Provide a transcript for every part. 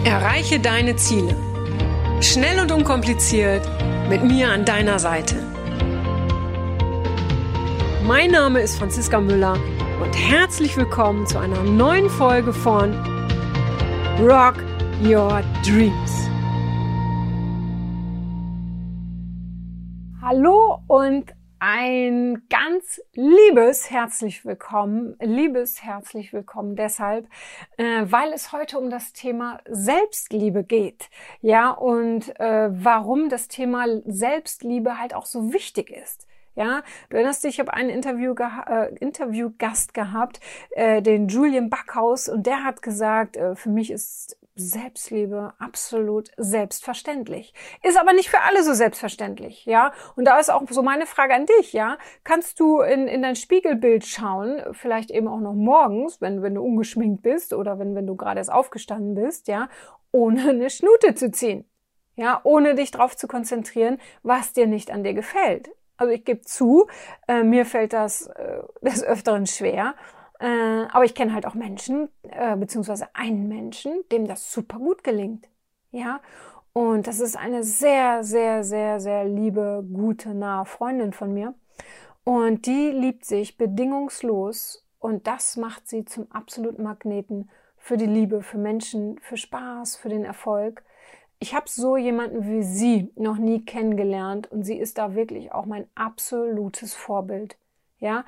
Erreiche deine Ziele. Schnell und unkompliziert mit mir an deiner Seite. Mein Name ist Franziska Müller und herzlich willkommen zu einer neuen Folge von Rock Your Dreams. Hallo und ein ganz liebes herzlich willkommen deshalb, weil es heute um das Thema Selbstliebe geht, ja, und warum das Thema Selbstliebe halt auch so wichtig ist. Ja, du erinnerst dich, ich habe einen Interviewgast gehabt, den Julian Backhaus, und der hat gesagt, für mich ist Selbstliebe absolut selbstverständlich. Ist aber nicht für alle so selbstverständlich, ja. Und da ist auch so meine Frage an dich, ja. Kannst du in dein Spiegelbild schauen, vielleicht eben auch noch morgens, wenn du ungeschminkt bist oder wenn du gerade erst aufgestanden bist, ja, ohne eine Schnute zu ziehen, ja, ohne dich darauf zu konzentrieren, was dir nicht an dir gefällt. Also ich gebe zu, mir fällt das des Öfteren schwer. Aber ich kenne halt auch Menschen, beziehungsweise einen Menschen, dem das super gut gelingt. Ja, und das ist eine sehr, sehr, sehr, sehr liebe, gute, nahe Freundin von mir. Und die liebt sich bedingungslos und das macht sie zum absoluten Magneten für die Liebe, für Menschen, für Spaß, für den Erfolg. Ich habe so jemanden wie sie noch nie kennengelernt und sie ist da wirklich auch mein absolutes Vorbild. Ja,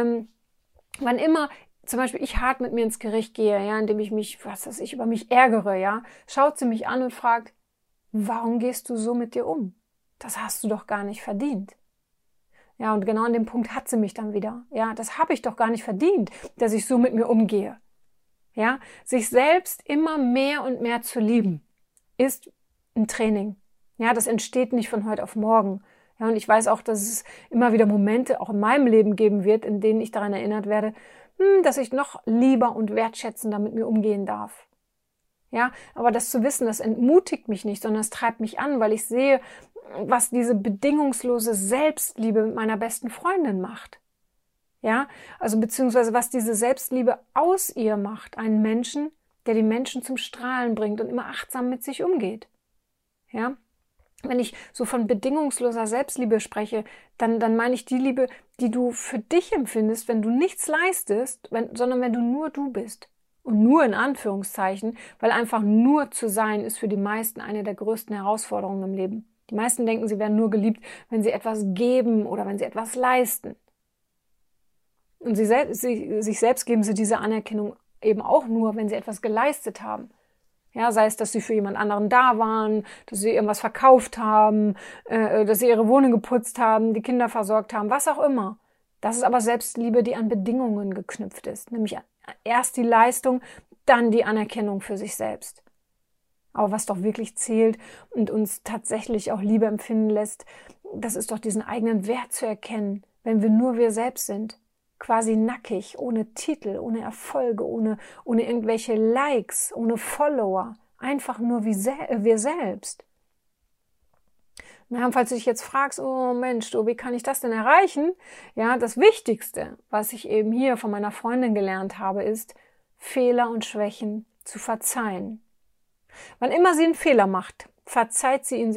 wann immer zum Beispiel ich hart mit mir ins Gericht gehe, ja, indem ich mich, über mich ärgere, ja, schaut sie mich an und fragt, warum gehst du so mit dir um? Das hast du doch gar nicht verdient. Ja, und genau an dem Punkt hat sie mich dann wieder. Ja, das habe ich doch gar nicht verdient, dass ich so mit mir umgehe. Ja, sich selbst immer mehr und mehr zu lieben, ist ein Training. Ja, das entsteht nicht von heute auf morgen. Ja, und ich weiß auch, dass es immer wieder Momente auch in meinem Leben geben wird, in denen ich daran erinnert werde, dass ich noch lieber und wertschätzender mit mir umgehen darf. Ja, aber das zu wissen, das entmutigt mich nicht, sondern es treibt mich an, weil ich sehe, was diese bedingungslose Selbstliebe mit meiner besten Freundin macht. Ja, also beziehungsweise was diese Selbstliebe aus ihr macht. Einen Menschen, der die Menschen zum Strahlen bringt und immer achtsam mit sich umgeht. Ja, wenn ich so von bedingungsloser Selbstliebe spreche, dann meine ich die Liebe, die du für dich empfindest, wenn du nichts leistest, sondern wenn du nur du bist. Und nur in Anführungszeichen, weil einfach nur zu sein ist für die meisten eine der größten Herausforderungen im Leben. Die meisten denken, sie werden nur geliebt, wenn sie etwas geben oder wenn sie etwas leisten. Und sich selbst geben sie diese Anerkennung eben auch nur, wenn sie etwas geleistet haben. Ja, sei es, dass sie für jemand anderen da waren, dass sie irgendwas verkauft haben, dass sie ihre Wohnung geputzt haben, die Kinder versorgt haben, was auch immer. Das ist aber Selbstliebe, die an Bedingungen geknüpft ist. Nämlich erst die Leistung, dann die Anerkennung für sich selbst. Aber was doch wirklich zählt und uns tatsächlich auch Liebe empfinden lässt, das ist doch diesen eigenen Wert zu erkennen, wenn wir nur wir selbst sind. Quasi nackig, ohne Titel, ohne Erfolge, ohne irgendwelche Likes, ohne Follower. Einfach nur wir selbst. Na, falls du dich jetzt fragst, oh Mensch, wie kann ich das denn erreichen? Ja, das Wichtigste, was ich eben hier von meiner Freundin gelernt habe, ist, Fehler und Schwächen zu verzeihen. Wann immer sie einen Fehler macht, verzeiht sie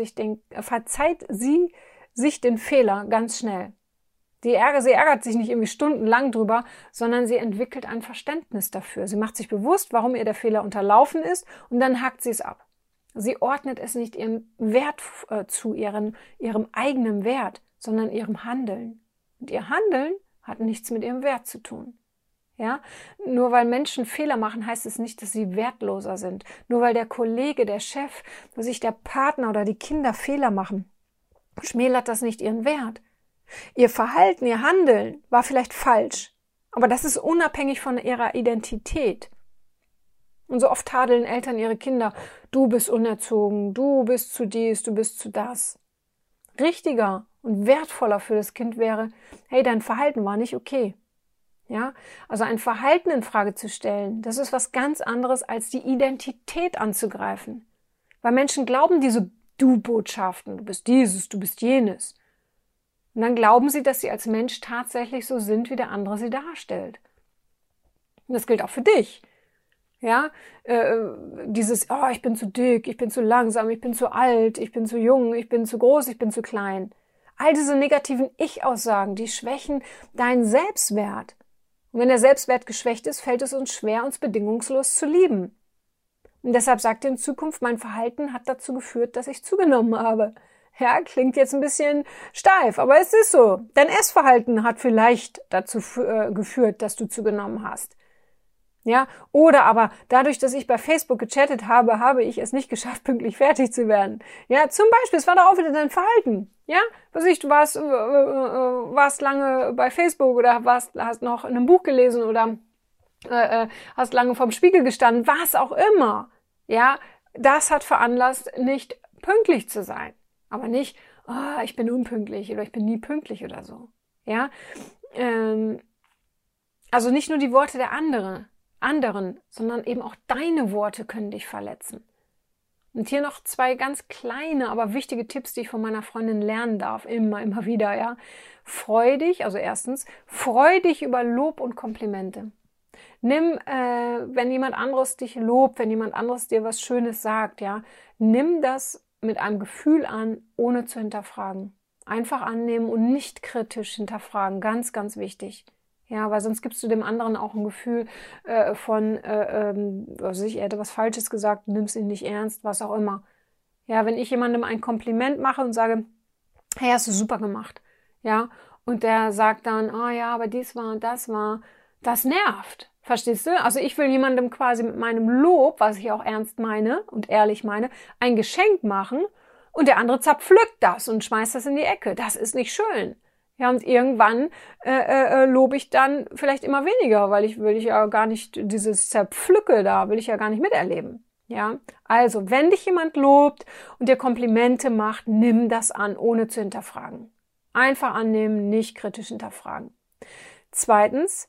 sich den Fehler ganz schnell. Sie ärgert sich nicht irgendwie stundenlang drüber, sondern sie entwickelt ein Verständnis dafür. Sie macht sich bewusst, warum ihr der Fehler unterlaufen ist, und dann hakt sie es ab. Sie ordnet es nicht ihrem Wert zu, ihrem eigenen Wert, sondern ihrem Handeln. Und ihr Handeln hat nichts mit ihrem Wert zu tun. Ja? Nur weil Menschen Fehler machen, heißt es nicht, dass sie wertloser sind. Nur weil der Kollege, der Chef, sich der Partner oder die Kinder Fehler machen, schmälert das nicht ihren Wert. Ihr Verhalten, ihr Handeln war vielleicht falsch, aber das ist unabhängig von ihrer Identität. Und so oft tadeln Eltern ihre Kinder, du bist unerzogen, du bist zu dies, du bist zu das. Richtiger und wertvoller für das Kind wäre, hey, dein Verhalten war nicht okay. Ja, also ein Verhalten in Frage zu stellen, das ist was ganz anderes, als die Identität anzugreifen. Weil Menschen glauben diese Du-Botschaften, du bist dieses, du bist jenes. Und dann glauben sie, dass sie als Mensch tatsächlich so sind, wie der andere sie darstellt. Und das gilt auch für dich. Ja, dieses, oh, ich bin zu dick, ich bin zu langsam, ich bin zu alt, ich bin zu jung, ich bin zu groß, ich bin zu klein. All diese negativen Ich-Aussagen, die schwächen deinen Selbstwert. Und wenn der Selbstwert geschwächt ist, fällt es uns schwer, uns bedingungslos zu lieben. Und deshalb sagt ihr in Zukunft, mein Verhalten hat dazu geführt, dass ich zugenommen habe. Ja, klingt jetzt ein bisschen steif, aber es ist so. Dein Essverhalten hat vielleicht dazu geführt, dass du zugenommen hast. Ja, oder aber dadurch, dass ich bei Facebook gechattet habe, habe ich es nicht geschafft, pünktlich fertig zu werden. Ja, zum Beispiel, es war doch auch wieder dein Verhalten. Ja, was ich, du warst lange bei Facebook oder hast noch in einem Buch gelesen oder hast lange vorm Spiegel gestanden, was auch immer. Ja, das hat veranlasst, nicht pünktlich zu sein. Aber nicht, oh, ich bin unpünktlich oder ich bin nie pünktlich oder so. Ja, also nicht nur die Worte der anderen, sondern eben auch deine Worte können dich verletzen. Und hier noch 2 ganz kleine, aber wichtige Tipps, die ich von meiner Freundin lernen darf, immer wieder, ja. Freu dich, also erstens, freu dich über Lob und Komplimente. Nimm, wenn jemand anderes dich lobt, wenn jemand anderes dir was Schönes sagt, ja, nimm das mit einem Gefühl an, ohne zu hinterfragen. Einfach annehmen und nicht kritisch hinterfragen, ganz, ganz wichtig. Ja, weil sonst gibst du dem anderen auch ein Gefühl was ich, er hätte was Falsches gesagt, nimmst ihn nicht ernst, was auch immer. Ja, wenn ich jemandem ein Kompliment mache und sage, hey, hast du super gemacht, ja, und der sagt dann, oh ja, aber dies war und das war, das nervt, verstehst du? Also ich will jemandem quasi mit meinem Lob, was ich auch ernst meine und ehrlich meine, ein Geschenk machen und der andere zerpflückt das und schmeißt das in die Ecke. Das ist nicht schön. Ja, und irgendwann lobe ich dann vielleicht immer weniger, weil will ich ja gar nicht dieses Zerpflücke da, will ich ja gar nicht miterleben. Ja, also wenn dich jemand lobt und dir Komplimente macht, nimm das an, ohne zu hinterfragen. Einfach annehmen, nicht kritisch hinterfragen. Zweitens,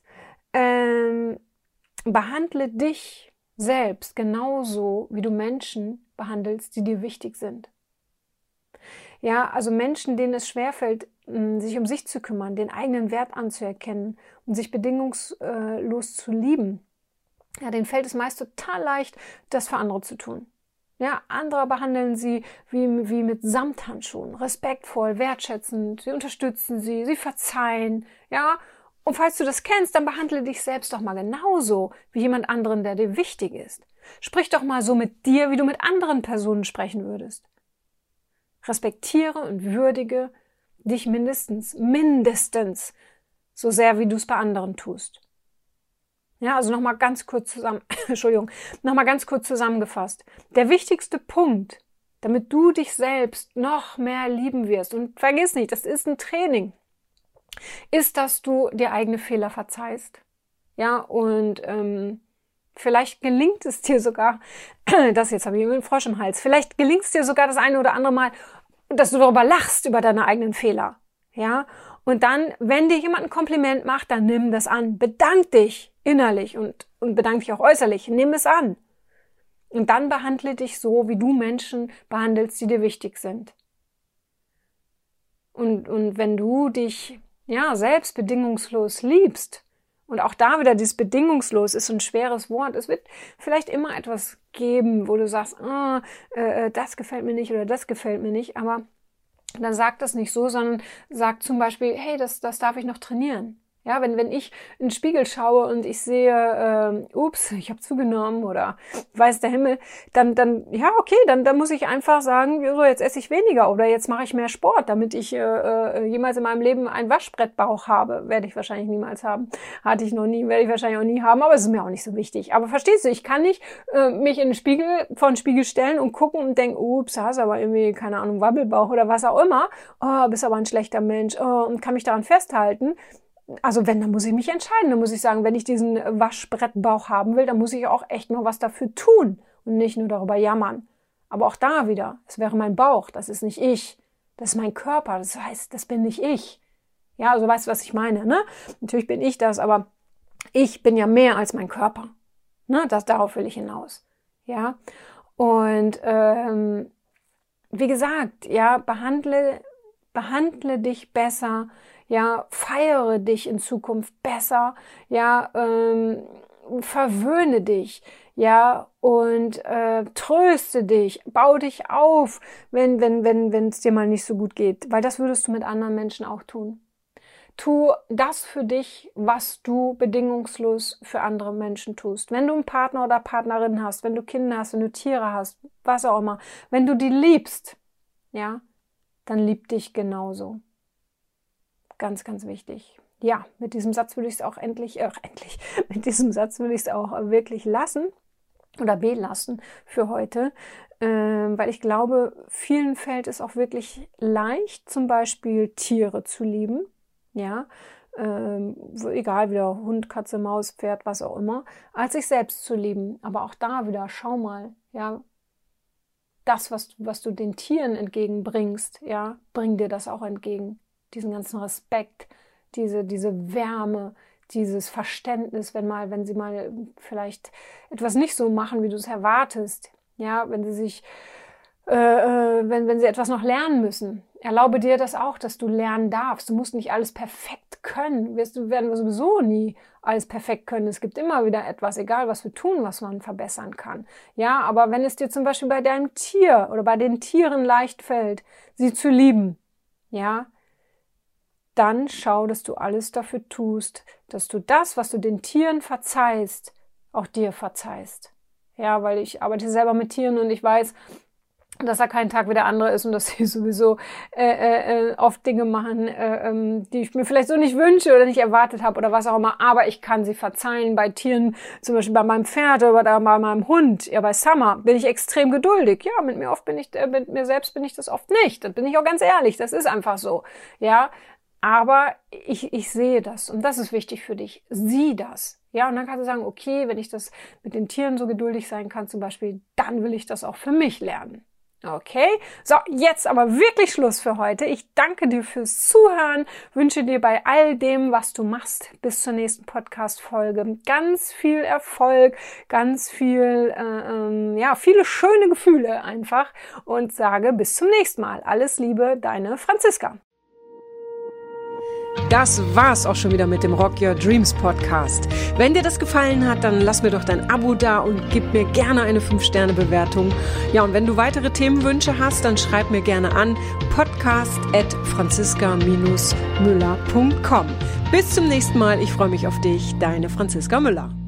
behandle dich selbst genauso, wie du Menschen behandelst, die dir wichtig sind. Ja, also Menschen, denen es schwerfällt, sich um sich zu kümmern, den eigenen Wert anzuerkennen und sich bedingungslos zu lieben. Ja, denen fällt es meist total leicht, das für andere zu tun. Ja, andere behandeln sie wie mit Samthandschuhen, respektvoll, wertschätzend, sie unterstützen sie verzeihen, ja. Und falls du das kennst, dann behandle dich selbst doch mal genauso wie jemand anderen, der dir wichtig ist. Sprich doch mal so mit dir, wie du mit anderen Personen sprechen würdest. Respektiere und würdige dich mindestens, so sehr, wie du es bei anderen tust. Ja, also nochmal ganz kurz zusammengefasst. Der wichtigste Punkt, damit du dich selbst noch mehr lieben wirst, und vergiss nicht, das ist ein Training, ist, dass du dir eigene Fehler verzeihst. Ja, und vielleicht gelingt es dir sogar, jetzt habe ich einen Frosch im Hals, vielleicht gelingt es dir sogar das eine oder andere Mal, dass du darüber lachst, über deine eigenen Fehler. Ja, und dann, wenn dir jemand ein Kompliment macht, dann nimm das an. Bedank dich innerlich und bedank dich auch äußerlich. Nimm es an. Und dann behandle dich so, wie du Menschen behandelst, die dir wichtig sind. Und wenn du dich, ja, selbst bedingungslos liebst, und auch da wieder, dieses bedingungslos ist so ein schweres Wort. Es wird vielleicht immer etwas geben, wo du sagst, das gefällt mir nicht oder das gefällt mir nicht. Aber dann sag das nicht so, sondern sag zum Beispiel, hey, das darf ich noch trainieren. Ja, wenn ich in den Spiegel schaue und ich sehe, ups, ich habe zugenommen oder weiß der Himmel, dann muss ich einfach sagen, so, jetzt esse ich weniger oder jetzt mache ich mehr Sport, damit ich jemals in meinem Leben einen Waschbrettbauch habe. Werde ich wahrscheinlich niemals haben. Hatte ich noch nie, werde ich wahrscheinlich auch nie haben, aber es ist mir auch nicht so wichtig. Aber verstehst du, ich kann nicht mich vor den Spiegel stellen und gucken und denken, ups, hast aber irgendwie, keine Ahnung, Wabbelbauch oder was auch immer. Oh, bist aber ein schlechter Mensch. Oh, und kann mich daran festhalten. Also dann muss ich mich entscheiden. Dann muss ich sagen, wenn ich diesen Waschbrettbauch haben will, dann muss ich auch echt mal was dafür tun und nicht nur darüber jammern. Aber auch da wieder, es wäre mein Bauch, das ist nicht ich. Das ist mein Körper, das heißt, das bin nicht ich. Ja, also weißt du, was ich meine, ne? Natürlich bin ich das, aber ich bin ja mehr als mein Körper. Ne? Darauf will ich hinaus. Ja, und wie gesagt, ja, behandle dich besser, ja, feiere dich in Zukunft besser, ja, verwöhne dich, ja, und tröste dich, bau dich auf, wenn es dir mal nicht so gut geht, weil das würdest du mit anderen Menschen auch tun. Tu das für dich, was du bedingungslos für andere Menschen tust. Wenn du einen Partner oder Partnerin hast, wenn du Kinder hast, wenn du Tiere hast, was auch immer, wenn du die liebst, ja, dann lieb dich genauso. Ganz, ganz wichtig. Ja, mit diesem Satz würde ich es auch mit diesem Satz würde ich es auch wirklich lassen oder belassen für heute, weil ich glaube, vielen fällt es auch wirklich leicht, zum Beispiel Tiere zu lieben. Ja, egal wieder Hund, Katze, Maus, Pferd, was auch immer, als sich selbst zu lieben. Aber auch da wieder, schau mal, ja, das, was du den Tieren entgegenbringst, ja, bring dir das auch entgegen. Diesen ganzen Respekt, diese Wärme, dieses Verständnis, wenn sie mal vielleicht etwas nicht so machen, wie du es erwartest, ja, wenn sie sich wenn sie etwas noch lernen müssen. Erlaube dir das auch, dass du lernen darfst. Du musst nicht alles perfekt können. Werden wir sowieso nie alles perfekt können. Es gibt immer wieder etwas, egal was wir tun, was man verbessern kann. Ja, aber wenn es dir zum Beispiel bei deinem Tier oder bei den Tieren leicht fällt, sie zu lieben, ja, dann schau, dass du alles dafür tust, dass du das, was du den Tieren verzeihst, auch dir verzeihst. Ja, weil ich arbeite selber mit Tieren und ich weiß, dass da kein Tag wie der andere ist und dass sie sowieso oft Dinge machen, die ich mir vielleicht so nicht wünsche oder nicht erwartet habe oder was auch immer, aber ich kann sie verzeihen. Bei Tieren, zum Beispiel bei meinem Pferd oder bei meinem Hund, ja bei Summer, bin ich extrem geduldig. Ja, mit mir selbst bin ich das oft nicht. Das bin ich auch ganz ehrlich, das ist einfach so. Ja, aber ich sehe das und das ist wichtig für dich. Sieh das. Ja, und dann kannst du sagen, okay, wenn ich das mit den Tieren so geduldig sein kann zum Beispiel, dann will ich das auch für mich lernen. Okay, so, jetzt aber wirklich Schluss für heute. Ich danke dir fürs Zuhören, wünsche dir bei all dem, was du machst, bis zur nächsten Podcast-Folge ganz viel Erfolg, ganz viel, viele schöne Gefühle einfach und sage bis zum nächsten Mal. Alles Liebe, deine Franziska. Das war's auch schon wieder mit dem Rock Your Dreams Podcast. Wenn dir das gefallen hat, dann lass mir doch dein Abo da und gib mir gerne eine 5-Sterne-Bewertung. Ja, und wenn du weitere Themenwünsche hast, dann schreib mir gerne an podcast@franziska-müller.com. Bis zum nächsten Mal. Ich freue mich auf dich. Deine Franziska Müller.